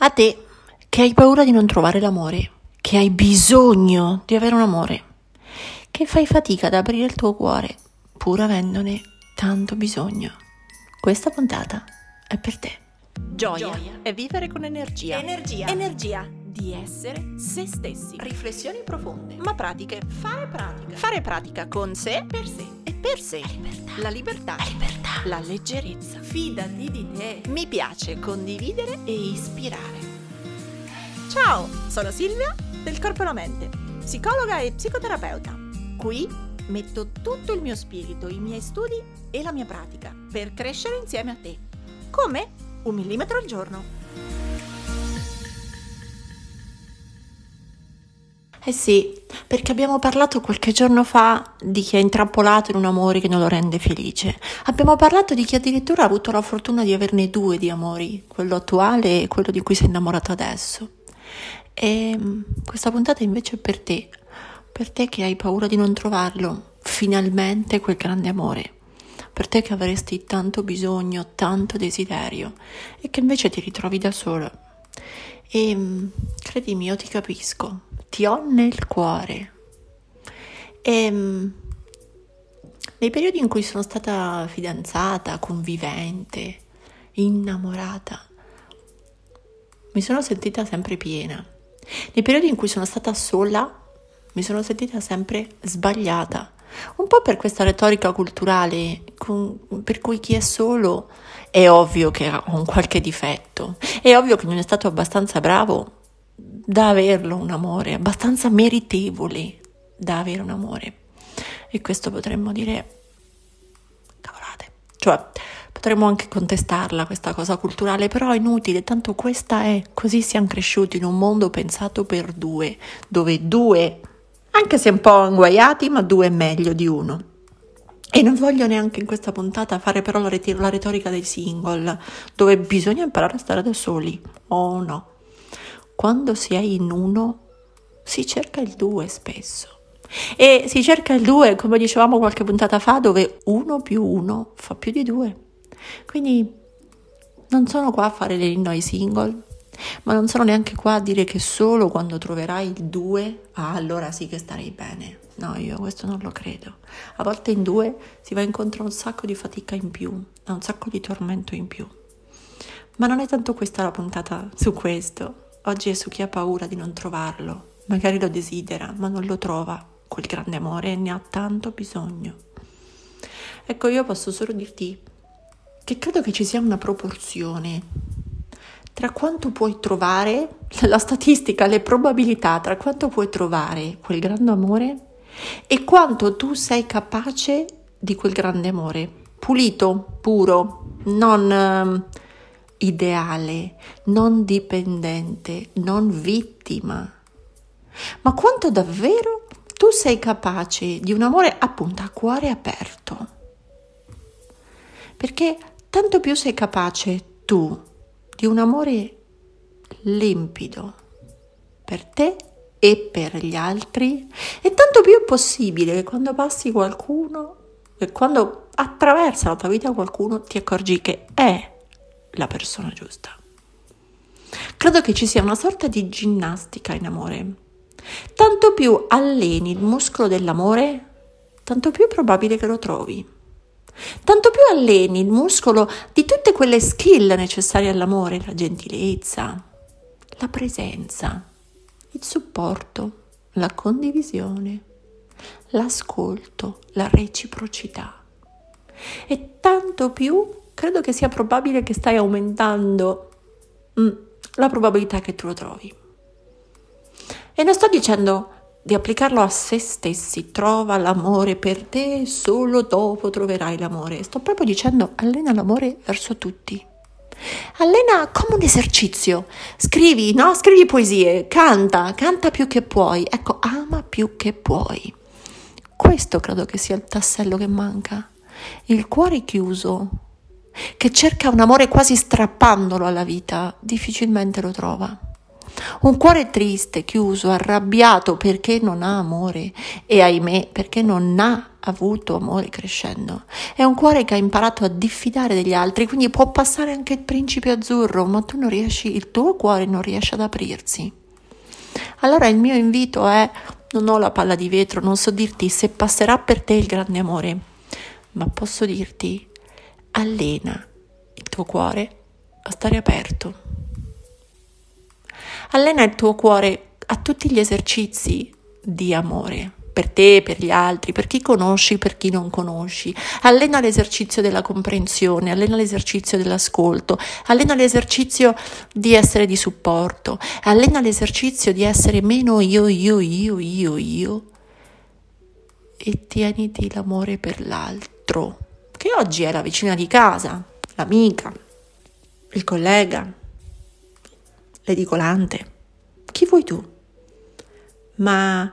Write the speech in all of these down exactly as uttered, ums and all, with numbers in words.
A te che hai paura di non trovare l'amore, che hai bisogno di avere un amore, che fai fatica ad aprire il tuo cuore pur avendone tanto bisogno. Questa puntata è per te. Gioia, Gioia è vivere con energia. Energia. Energia di essere se stessi. Riflessioni profonde, ma pratiche. Fare pratica. Fare pratica con sé, per sé e per sé. La libertà. La libertà. La libertà. La leggerezza. Fidati di te. Mi piace condividere e ispirare. Ciao, sono Silvia del Corpo e la Mente, psicologa e psicoterapeuta. Qui metto tutto il mio spirito, i miei studi e la mia pratica per crescere insieme a te. Come? Un millimetro al giorno. Eh sì, perché abbiamo parlato qualche giorno fa di chi è intrappolato in un amore che non lo rende felice. Abbiamo parlato di chi addirittura ha avuto la fortuna di averne due di amori, quello attuale e quello di cui sei innamorato adesso. E questa puntata invece è per te, per te che hai paura di non trovarlo, finalmente quel grande amore, per te che avresti tanto bisogno, tanto desiderio e che invece ti ritrovi da solo. E credimi, io ti capisco, ti ho nel cuore. E nei periodi in cui sono stata fidanzata, convivente, innamorata, mi sono sentita sempre piena. Nei periodi in cui sono stata sola, mi sono sentita sempre sbagliata. Un po' per questa retorica culturale con, per cui chi è solo è ovvio che ha un qualche difetto, è ovvio che non è stato abbastanza bravo da averlo un amore, abbastanza meritevole da avere un amore. E questo potremmo dire cavolate, cioè potremmo anche contestarla questa cosa culturale, però è inutile, tanto questa è, così siamo cresciuti in un mondo pensato per due, dove due, anche se un po' inguaiati, ma due è meglio di uno. E non voglio neanche in questa puntata fare però la, ret- la retorica dei single, dove bisogna imparare a stare da soli, o no. Quando si è in uno, si cerca il due spesso. E si cerca il due, come dicevamo qualche puntata fa, dove uno più uno fa più di due. Quindi non sono qua a fare l'inno ai single, ma non sono neanche qua a dire che solo quando troverai il due, ah, allora sì che starei bene. No, io questo non lo credo. A volte in due si va incontro a un sacco di fatica in più, a un sacco di tormento in più. Ma non è tanto questa la puntata su questo. Oggi è su chi ha paura di non trovarlo. Magari lo desidera, ma non lo trova, quel grande amore, e ne ha tanto bisogno. Ecco, io posso solo dirti che credo che ci sia una proporzione tra quanto puoi trovare, la statistica, le probabilità, tra quanto puoi trovare quel grande amore e quanto tu sei capace di quel grande amore, pulito, puro, non eh, ideale, non dipendente, non vittima, ma quanto davvero tu sei capace di un amore appunto a cuore aperto. Perché tanto più sei capace tu di un amore limpido per te e per gli altri, e tanto più è possibile che quando passi qualcuno, che quando attraversa la tua vita qualcuno, ti accorgi che è la persona giusta. Credo che ci sia una sorta di ginnastica in amore. Tanto più alleni il muscolo dell'amore, tanto più è probabile che lo trovi. Tanto più alleni il muscolo di tutte quelle skill necessarie all'amore, la gentilezza, la presenza, il supporto, la condivisione, l'ascolto, la reciprocità. E tanto più credo che sia probabile che stai aumentando mm, la probabilità che tu lo trovi. E non sto dicendo di applicarlo a se stessi, trova l'amore per te, solo dopo troverai l'amore. Sto proprio dicendo allena l'amore verso tutti. Allena come un esercizio. Scrivi, no? Scrivi poesie, canta, canta più che puoi. Ecco, ama più che puoi. Questo credo che sia il tassello che manca. Il cuore chiuso, che cerca un amore quasi strappandolo alla vita, difficilmente lo trova. Un cuore triste, chiuso, arrabbiato perché non ha amore e ahimè perché non ha avuto amore crescendo. È un cuore che ha imparato a diffidare degli altri, quindi può passare anche il principe azzurro, ma tu non riesci, il tuo cuore non riesce ad aprirsi. Allora il mio invito è, non ho la palla di vetro, non so dirti se passerà per te il grande amore, ma posso dirti, allena il tuo cuore a stare aperto. Allena il tuo cuore a tutti gli esercizi di amore, per te, per gli altri, per chi conosci, per chi non conosci. Allena l'esercizio della comprensione, allena l'esercizio dell'ascolto, allena l'esercizio di essere di supporto, allena l'esercizio di essere meno io, io, io, io, io e tieniti l'amore per l'altro, che oggi è la vicina di casa, l'amica, il collega, l'edicolante, chi vuoi tu, ma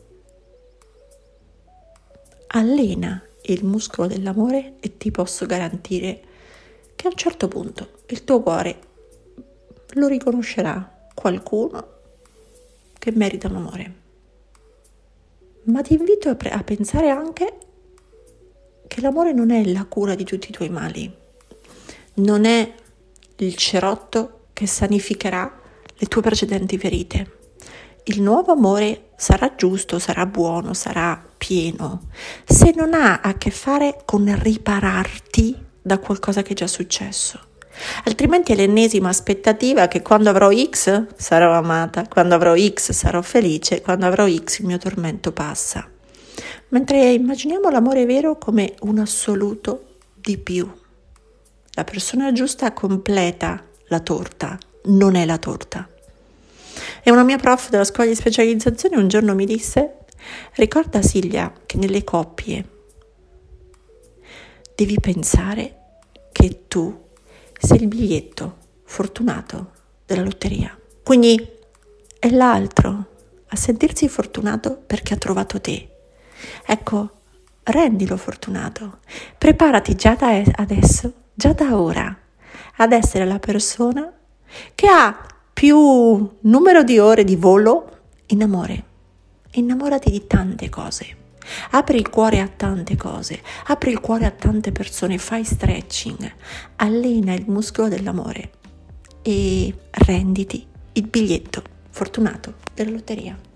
allena il muscolo dell'amore e ti posso garantire che a un certo punto il tuo cuore lo riconoscerà qualcuno che merita un amore. Ma ti invito a, pre- a pensare anche che l'amore non è la cura di tutti i tuoi mali, non è il cerotto che sanificherà le tue precedenti ferite. Il nuovo amore sarà giusto, sarà buono, sarà pieno, se non ha a che fare con ripararti da qualcosa che è già successo. Altrimenti è l'ennesima aspettativa che quando avrò X sarò amata, quando avrò X sarò felice, quando avrò X il mio tormento passa. Mentre immaginiamo l'amore vero come un assoluto di più. La persona giusta completa la torta, non è la torta. E una mia prof della scuola di specializzazione un giorno mi disse: ricorda Silvia che nelle coppie devi pensare che tu sei il biglietto fortunato della lotteria. Quindi è l'altro a sentirsi fortunato perché ha trovato te. Ecco, rendilo fortunato. Preparati già da adesso, già da ora, ad essere la persona che ha più numero di ore di volo in amore. Innamorati di tante cose. Apri il cuore a tante cose, apri il cuore a tante persone, fai stretching, allena il muscolo dell'amore e renditi il biglietto fortunato della lotteria.